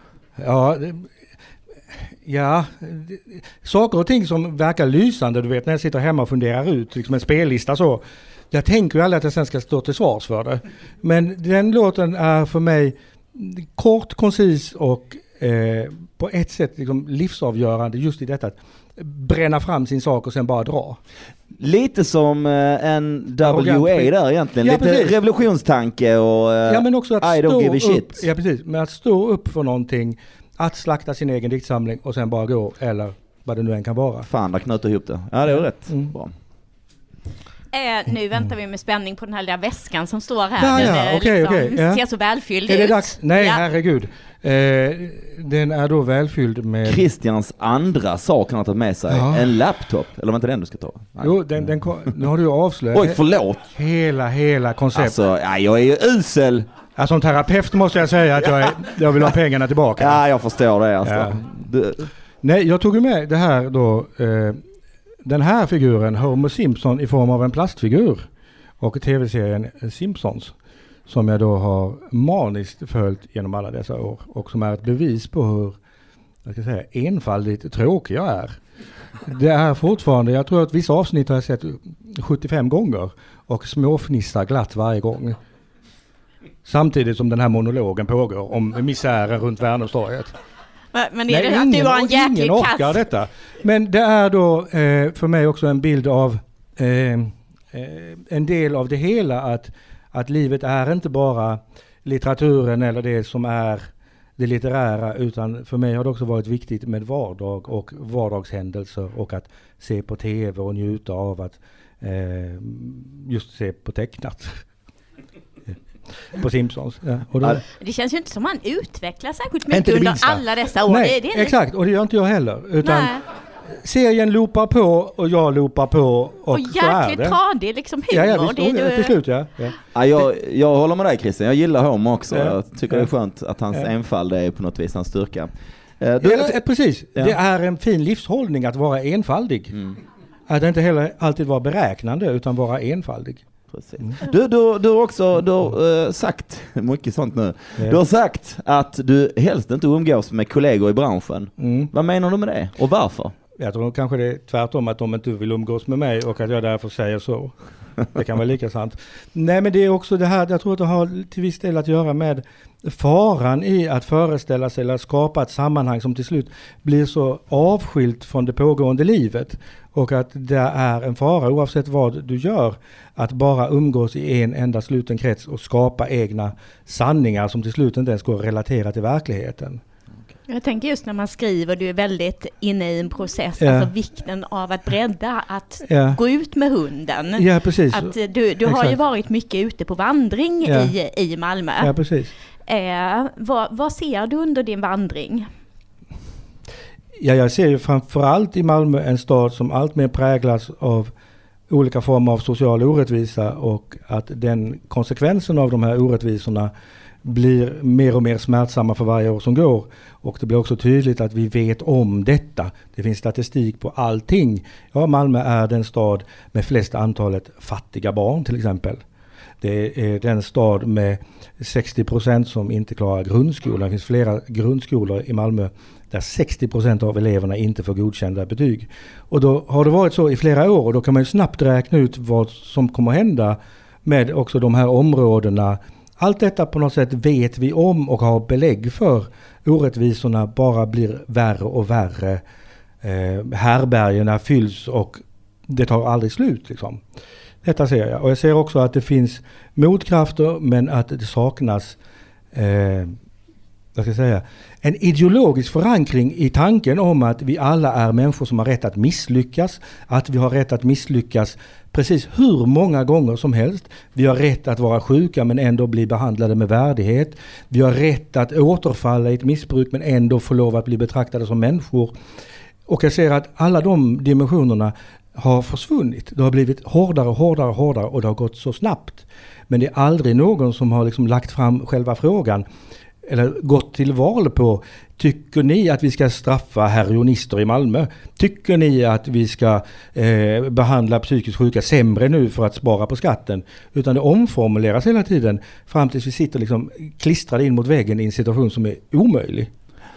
Saker och ting som verkar lysande, du vet, när jag sitter hemma och funderar ut liksom en spellista så. Jag tänker ju aldrig att jag sen ska stå till svars för det. Men den låten är för mig kort, koncis och på ett sätt liksom livsavgörande just i detta att bränna fram sin sak och sen bara dra. Lite som en WA där egentligen. Ja, lite precis. Revolutionstanke och men också att I don't give a shit. Ja, precis. Men att stå upp för någonting, att slakta sin egen diktsamling och sen bara gå, eller vad det nu än kan vara. Fan, där knöt ihop det. Ja, det är rätt. Bra. Nu väntar vi med spänning på den här lilla väskan som står här. Den ser så välfylld ut. Dags? Nej, herregud. Den är då välfylld med... Christians andra sak han har tagit med sig. En laptop. Eller var inte den du ska ta? Nej. Jo, nu har du avslöjat. Oj, förlåt. Hela konceptet. Alltså, jag är ju usel. Ja, som terapeut måste jag säga att jag vill ha pengarna tillbaka. Ja, jag förstår det. Alltså. Ja. Nej, jag tog ju med det här då... den här figuren, Homer Simpson, i form av en plastfigur och tv-serien Simpsons som jag då har maniskt följt genom alla dessa år och som är ett bevis på hur enfaldigt tråkig jag är. Det är fortfarande, jag tror att vissa avsnitt har jag sett 75 gånger och småfnissar glatt varje gång. Samtidigt som den här monologen pågår om misären runt Värnhemstorget. Men är det att du har en jäklig kass? Detta. Men det är då för mig också en bild av en del av det hela att livet är inte bara litteraturen eller det som är det litterära, utan för mig har det också varit viktigt med vardag och vardagshändelser och att se på tv och njuta av att just se på tecknat. På Simpsons. Ja. Och då, det känns ju inte som man utvecklar särskilt mycket under alla dessa år. Nej, exakt. Och det gör inte jag heller. Utan serien loopar på och jag loopar på. Och jäkligt tradig liksom humor. Ja, till slut, ja. Jag håller med dig, Christian. Jag gillar Homer också. Ja. Jag tycker det är skönt att hans enfald är på något vis hans styrka. Precis. Ja. Det är en fin livshållning att vara enfaldig. Att inte heller alltid vara beräknande utan vara enfaldig. Precis. Du har också sagt mycket sånt nu. Du har sagt att du helst inte umgås med kollegor i branschen. Vad menar du med det? Och varför? Jag tror kanske det är tvärtom, att de inte vill umgås med mig och att jag därför säger så. Det kan vara lika sant. Nej, men det är också det här, jag tror att det har till viss del att göra med faran i att föreställa sig eller skapa ett sammanhang som till slut blir så avskilt från det pågående livet. Och att det är en fara, oavsett vad du gör, att bara umgås i en enda sluten krets och skapa egna sanningar som till slut inte ens går att relatera till verkligheten. Jag tänker just när man skriver, du är väldigt inne i en process, alltså vikten av att bredda, att gå ut med hunden. Ja, precis. Att du har ju varit mycket ute på vandring i Malmö. Ja, precis. Vad ser du under din vandring? Ja, jag ser ju framförallt i Malmö en stad som allt mer präglas av olika former av social orättvisa, och att den konsekvensen av de här orättvisorna blir mer och mer smärtsamma för varje år som går. Och det blir också tydligt att vi vet om detta. Det finns statistik på allting. Ja, Malmö är den stad med flest antalet fattiga barn till exempel. Det är den stad med 60% som inte klarar grundskolan. Det finns flera grundskolor i Malmö där 60% av eleverna inte får godkända betyg. Och då har det varit så i flera år, och då kan man ju snabbt räkna ut vad som kommer hända med också de här områdena. Allt detta på något sätt vet vi om och har belägg för. Orättvisorna bara blir värre och värre. Härbergerna fylls och det tar aldrig slut liksom. Detta ser jag. Och jag ser också att det finns motkrafter, men att det saknas en ideologisk förankring i tanken om att vi alla är människor som har rätt att misslyckas. Att vi har rätt att misslyckas precis hur många gånger som helst. Vi har rätt att vara sjuka men ändå bli behandlade med värdighet. Vi har rätt att återfalla i ett missbruk men ändå få lov att bli betraktade som människor. Och jag ser att alla de dimensionerna har försvunnit. Det har blivit hårdare och det har gått så snabbt. Men det är aldrig någon som har liksom lagt fram själva frågan eller gått till val på: tycker ni att vi ska straffa heroinister i Malmö? Tycker ni att vi ska behandla psykiskt sjuka sämre nu för att spara på skatten? Utan det omformuleras hela tiden fram tills vi sitter liksom klistrade in mot väggen i en situation som är omöjlig.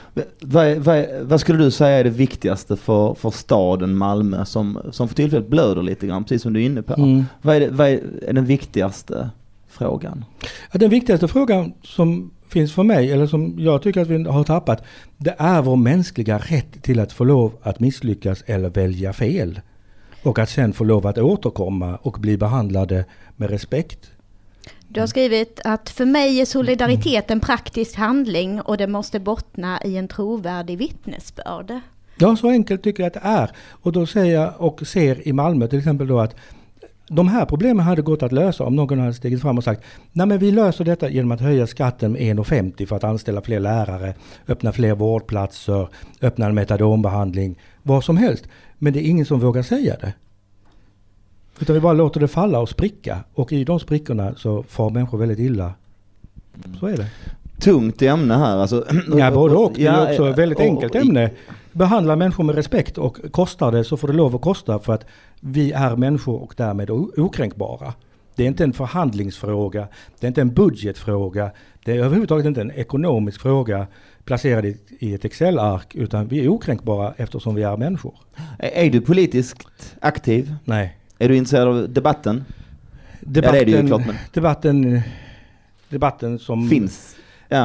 Vad skulle du säga är det viktigaste för staden Malmö som för tillfället blöder lite grann, precis som du är inne på? Vad är den viktigaste frågan? Ja, den viktigaste frågan som finns för mig, eller som jag tycker att vi har tappat, det är vår mänskliga rätt till att få lov att misslyckas eller välja fel. Och att sen få lov att återkomma och bli behandlade med respekt. Du har skrivit att för mig är solidaritet en praktisk handling och det måste bottna i en trovärdig vittnesbörd. Ja, så enkelt tycker jag att det är. Och då säger jag och ser i Malmö till exempel då att de här problemen hade gått att lösa om någon hade stigit fram och sagt: nej, men vi löser detta genom att höja skatten med 1,50 för att anställa fler lärare, öppna fler vårdplatser, öppna en metadonbehandling, vad som helst. Men det är ingen som vågar säga det. Utan vi bara låter det falla och spricka. Och i de sprickorna så får människor väldigt illa. Så är det. Tungt ämne här. Alltså. Ja, både och. Det är också ett väldigt enkelt ämne. Behandla människor med respekt, och kostar det så får det lov att kosta, för att vi är människor och därmed okränkbara. Det är inte en förhandlingsfråga. Det är inte en budgetfråga. Det är överhuvudtaget inte en ekonomisk fråga placerad i ett Excel-ark, utan vi är okränkbara eftersom vi är människor. Är du politiskt aktiv? Nej. Är du intresserad av debatten? Ja, det är det ju klart, men... Debatten som... finns.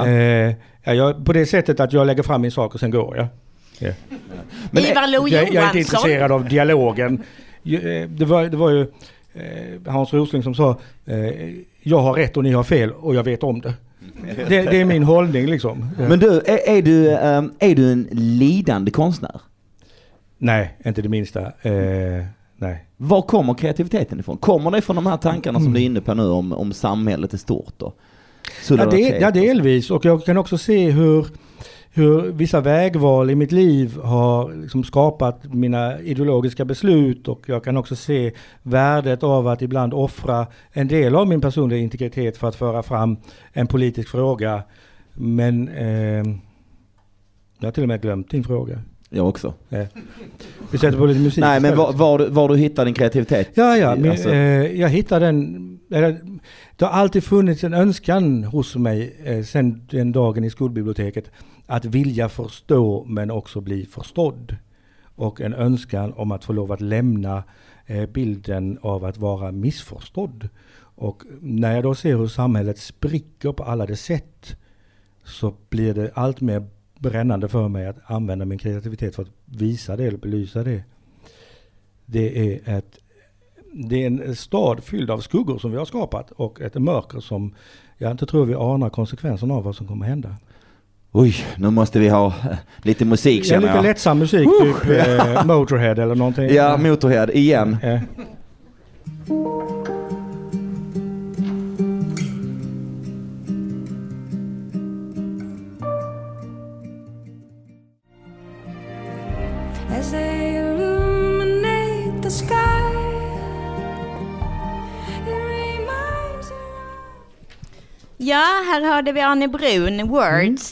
Ja. På det sättet att jag lägger fram min sak och sen går jag. Ja. Men jag är inte intresserad av dialogen. Det var ju Hans Rosling som sa: jag har rätt och ni har fel och jag vet om det. Det är min hållning liksom. Men du, är du en lidande konstnär? Nej, inte det minsta. Nej. Var kommer kreativiteten ifrån? Kommer det från de här tankarna som du är inne på nu om samhället är stort då? Ja, delvis. Och jag kan också se hur vissa vägval i mitt liv har liksom skapat mina ideologiska beslut, och jag kan också se värdet av att ibland offra en del av min personliga integritet för att föra fram en politisk fråga. Men jag har till och med glömt din fråga. Jag också. Vi sätter på lite musik. Nej, men var du hittar din kreativitet? Ja, men, jag hittar den. Det har alltid funnits en önskan hos mig sedan den dagen i skolbiblioteket att vilja förstå men också bli förstådd. och en önskan om att få lov att lämna bilden av att vara missförstådd. Och när jag då ser hur samhället spricker på alla dess sätt, så blir det allt mer brännande för mig att använda min kreativitet för att visa det eller belysa det. Det är en stad fylld av skuggor som vi har skapat och ett mörker som jag inte tror vi anar konsekvenserna av vad som kommer hända. Oj, nu måste vi ha lite musik, känner jag. Lite lättsam musik, typ Motorhead eller någonting. Ja, Motorhead igen. As they illuminate the sky, it reminds me. Ja, här hörde vi Anne Brun, Words.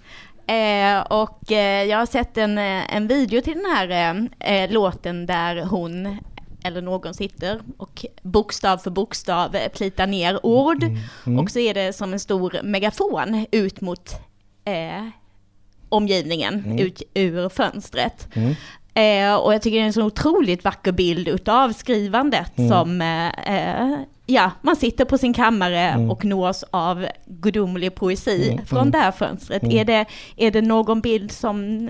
Och jag har sett en video till den här låten där hon eller någon sitter och bokstav för bokstav plitar ner ord. Och så är det som en stor megafon ut mot omgivningen, ut ur fönstret. Och jag tycker det är en så otroligt vacker bild utav skrivandet som man sitter på sin kammare och nås av gudomlig poesi från det här fönstret. Är det någon bild som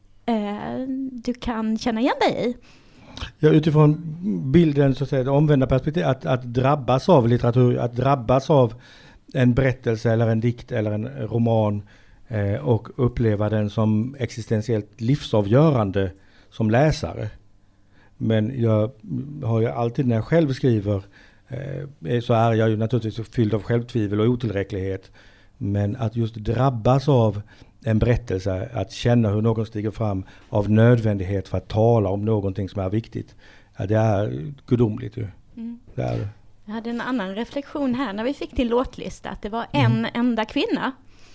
du kan känna igen dig i? Ja, utifrån bilden, så att säga, det omvända perspektivet, att drabbas av litteratur, att drabbas av en berättelse eller en dikt eller en roman och uppleva den som existentiellt livsavgörande som läsare. Men jag har ju alltid, när jag själv skriver, så är jag ju naturligtvis fylld av självtvivel och otillräcklighet. Men att just drabbas av en berättelse, att känna hur någon stiger fram av nödvändighet för att tala om någonting som är viktigt, det är gudomligt ju. Det är det. Jag hade en annan reflektion här när vi fick till låtlista, att det var en enda kvinna.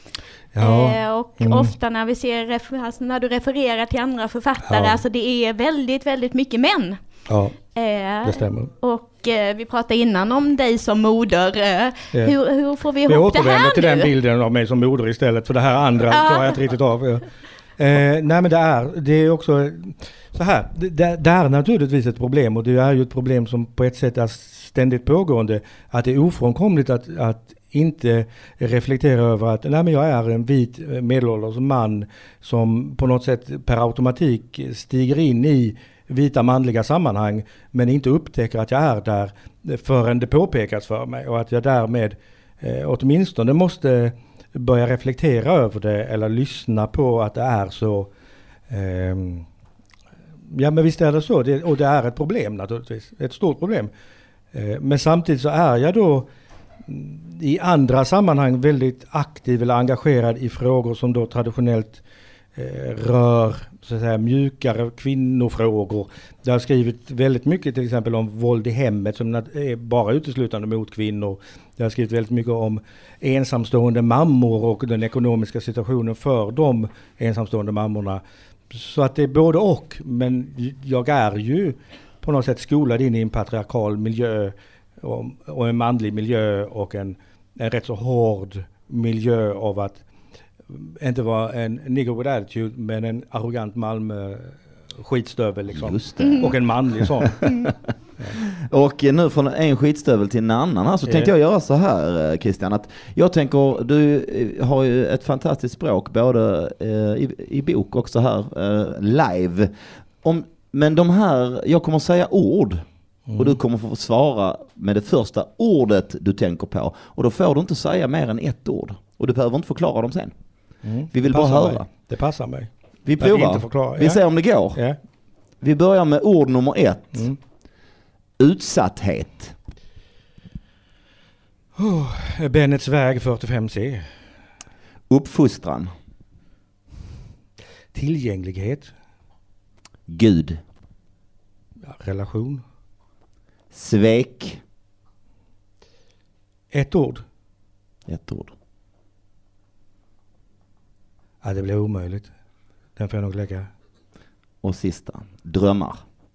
Ja. Och ofta när vi ser alltså när du refererar till andra författare, alltså det är väldigt, väldigt mycket män. Ja, det stämmer. Och vi pratade innan om dig som moder. Hur får vi ihop det här nu? Vi återvänder till den bilden av mig som moder istället, för det här andra klarar jag inte riktigt av. Nej, men det är också så här. Det är naturligtvis ett problem, och det är ju ett problem som på ett sätt är ständigt pågående, att det är ofrånkomligt att inte reflektera över att nej, men jag är en vit medelålders man som på något sätt per automatik stiger in i vita manliga sammanhang, men inte upptäcker att jag är där förrän det påpekas för mig, och att jag därmed åtminstone måste börja reflektera över det eller lyssna på att det är så. Ja, men visst är det så, och det är ett problem naturligtvis, ett stort problem. Men samtidigt så är jag då i andra sammanhang väldigt aktiv eller engagerad i frågor som då traditionellt rör så att säga mjukare kvinnofrågor. Jag har skrivit väldigt mycket till exempel om våld i hemmet som är bara uteslutande mot kvinnor. Jag har skrivit väldigt mycket om ensamstående mammor och den ekonomiska situationen för de ensamstående mammorna. Så att det är både och, men jag är ju på något sätt skolad in i en patriarkal miljö och en manlig miljö och en rätt så hård miljö av att inte vara en nigger with attitude, men en arrogant Malmö skitstövel liksom. Just det. Och en manlig sån. Och nu från en skitstövel till en annan här, så tänkte jag göra så här, Christian, att jag tänker, du har ju ett fantastiskt språk både i bok och så här live. Men de här, jag kommer säga ord och du kommer få svara med det första ordet du tänker på, och då får du inte säga mer än ett ord, och du behöver inte förklara dem sen. Vi vill bara höra. Mig. Det passar mig. Vi provar. Vi ser om det går. Ja. Vi börjar med ord nummer 1. Utsatthet. Bennets väg 45C. Uppfostran. Tillgänglighet. Gud. Ja, relation. Svek. Ett ord. Ett ord. Ja, det blir omöjligt. Den får jag nog lägga. Och sista. Drömmar.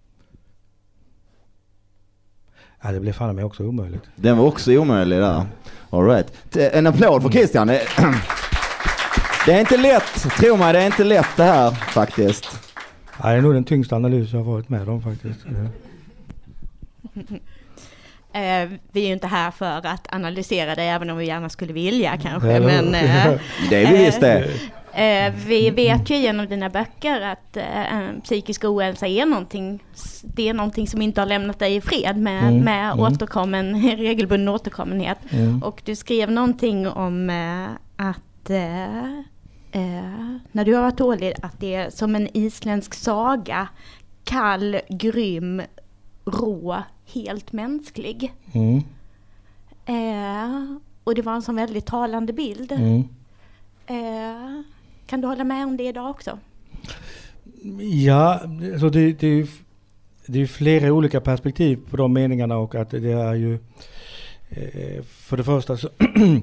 Ja, det blir fan mig också omöjligt. Den var också omöjlig där. All right. En applåd för Christian. Det är inte lätt. Tro mig, det är inte lätt det här faktiskt. Ja, det är nog den tyngsta analys jag har varit med om faktiskt. Vi är ju inte här för att analysera det, även om vi gärna skulle vilja kanske. Ja, men, det är vi visst det. Vi vet ju genom dina böcker att psykisk ohälsa är någonting som inte har lämnat dig i fred med regelbunden återkommenhet. Och du skrev någonting om att när du har varit dålig, att det är som en isländsk saga, kall, grym, rå, helt mänsklig. Och det var en sån väldigt talande bild. Kan du hålla med om det idag också? Ja, så det är flera olika perspektiv på de meningarna, och att det är ju för det första så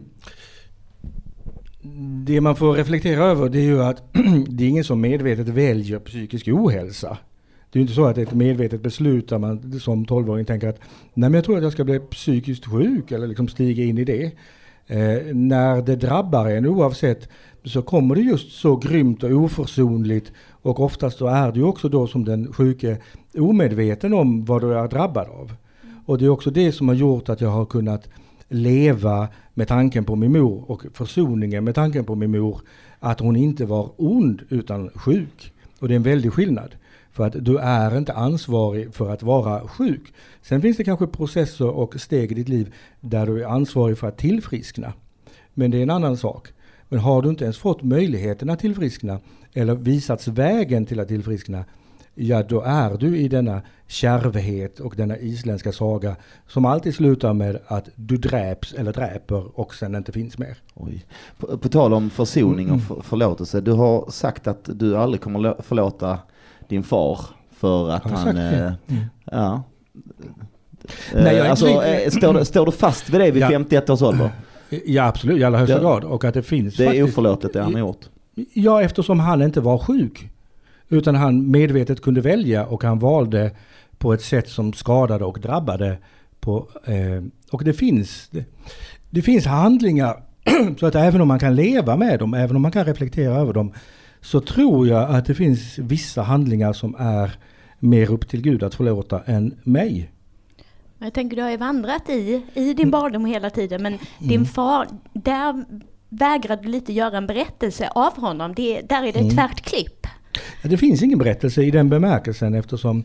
det man får reflektera över, det är ju att det är ingen som medvetet väljer psykisk ohälsa. Det är ju inte så att det är ett medvetet beslut där man som 12-åring tänker att nej, men jag tror att jag ska bli psykiskt sjuk eller liksom stiga in i det. När det drabbar en oavsett, så kommer det just så grymt och oförsonligt, och oftast så är det ju också då som den sjuke omedveten om vad du är drabbad av. Och det är också det som har gjort att jag har kunnat leva med tanken på min mor, och försoningen med tanken på min mor, att hon inte var ond utan sjuk. Och det är en väldig skillnad. För att du är inte ansvarig för att vara sjuk. Sen finns det kanske processer och steg i ditt liv där du är ansvarig för att tillfriskna. Men det är en annan sak. Men har du inte ens fått möjligheten att tillfriskna, eller visats vägen till att tillfriskna, ja, då är du i denna kärvhet och denna isländska saga som alltid slutar med att du dräps eller dräper och sen inte finns mer. Oj. På tal om försoning och förlåtelse, du har sagt att du aldrig kommer förlåta din far för att han... Ja. Nej, alltså, står du fast vid det vid 51 års ålder? Ja, absolut, i allra högsta grad. Och att det finns det är oförlåtligt det han har gjort. Ja, eftersom han inte var sjuk. Utan han medvetet kunde välja, och han valde på ett sätt som skadade och drabbade. Och det finns handlingar så att även om man kan leva med dem, även om man kan reflektera över dem, så tror jag att det finns vissa handlingar som är mer upp till Gud att förlåta än mig. Jag tänker, du har ju vandrat i din barndom hela tiden, men din far, där vägrade du lite göra en berättelse av honom. Där är det ett tvärt klipp. Ja, det finns ingen berättelse i den bemärkelsen, eftersom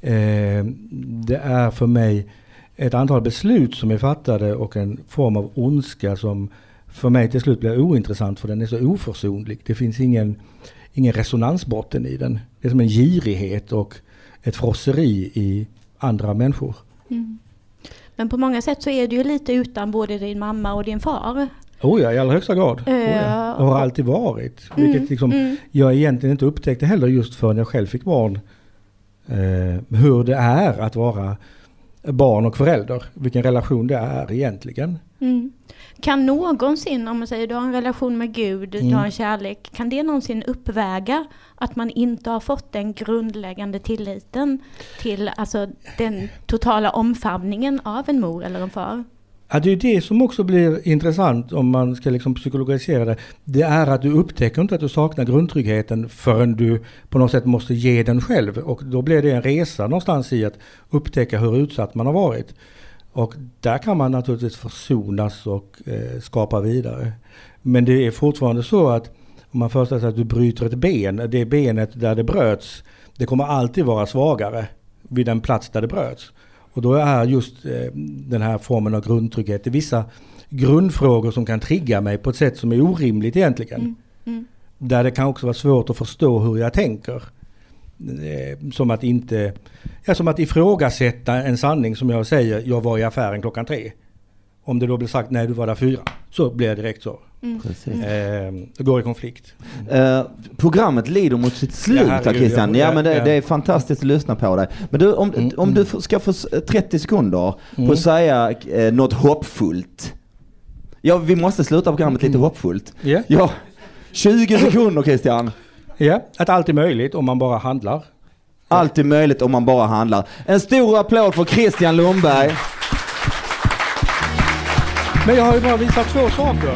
det är för mig ett antal beslut som är fattade och en form av ondska som för mig till slut blir ointressant, för den är så oförsonlig. Det finns ingen resonansbotten i den. Det är som en girighet och ett frosseri i andra människor. Men på många sätt så är du ju lite utan både din mamma och din far. Ja, i allra högsta grad. Och har alltid varit. Vilket liksom, jag egentligen inte upptäckte heller just förrän jag själv fick barn. Hur det är att vara barn och förälder. Vilken relation det är egentligen. Kan någonsin, om man säger du har en relation med Gud, du har en kärlek, kan det någonsin uppväga att man inte har fått den grundläggande tilliten till, alltså den totala omfamningen av en mor eller en far? Ja, det är det som också blir intressant om man ska liksom psykologisera det. Det är att du upptäcker inte att du saknar grundtryggheten förrän du på något sätt måste ge den själv. Och då blir det en resa någonstans i att upptäcka hur utsatt man har varit. Och där kan man naturligtvis försonas och skapa vidare. Men det är fortfarande så att om man föreställer sig att du bryter ett ben, det benet där det bröts, det kommer alltid vara svagare vid den plats där det bröts. Och då är just den här formen av grundtrygghet, det är vissa grundfrågor som kan trigga mig på ett sätt som är orimligt egentligen. Där det kan också vara svårt att förstå hur jag tänker. Som att ifrågasätta en sanning som jag säger, jag var i affären 3:00. Om det då blir sagt, nej du var där 4, så blir det direkt så. Det går i konflikt. Programmet lider mot sitt slut, Christian. Ja, men det är fantastiskt att lyssna på dig. Men du, om du ska få 30 sekunder på att säga något hoppfullt. Ja, vi måste sluta programmet lite hoppfullt. Ja, 20 sekunder, Christian. Ja, att allt är möjligt om man bara handlar. Allt är möjligt om man bara handlar. En stor applåd för Christian Lundberg. Men jag har ju bara visat 2 saker.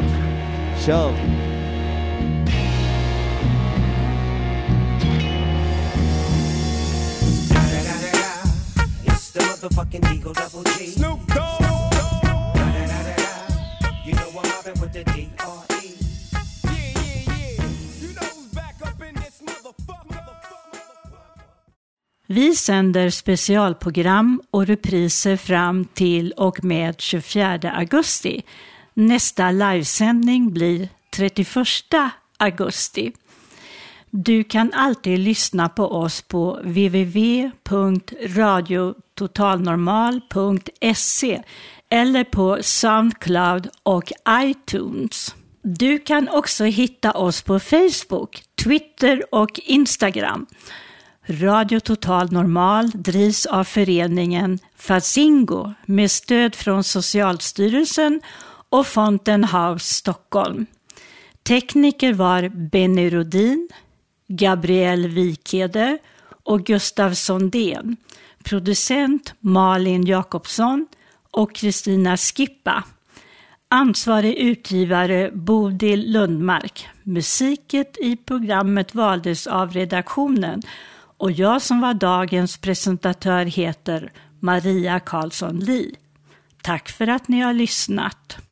Kör. motherfucking Eagle Double G. Snoop Dogg. You know I'm mobbing with the D.R.E. You know who's back up in this motherfucker. Vi sänder specialprogram och repriser fram till och med 24 augusti. Nästa livesändning blir 31 augusti. Du kan alltid lyssna på oss på www.radiototalnormal.se eller på Soundcloud och iTunes. Du kan också hitta oss på Facebook, Twitter och Instagram. Radio Total Normal drivs av föreningen Fazingo med stöd från Socialstyrelsen och Fountain House Stockholm. Tekniker var Benny Rodin, Gabriel Wikeder och Gustav Sondén. Producent Malin Jakobsson och Kristina Skippa. Ansvarig utgivare Bodil Lundmark. Musiket i programmet valdes av redaktionen och jag som var dagens presentatör heter Maria Karlsson Li. Tack för att ni har lyssnat.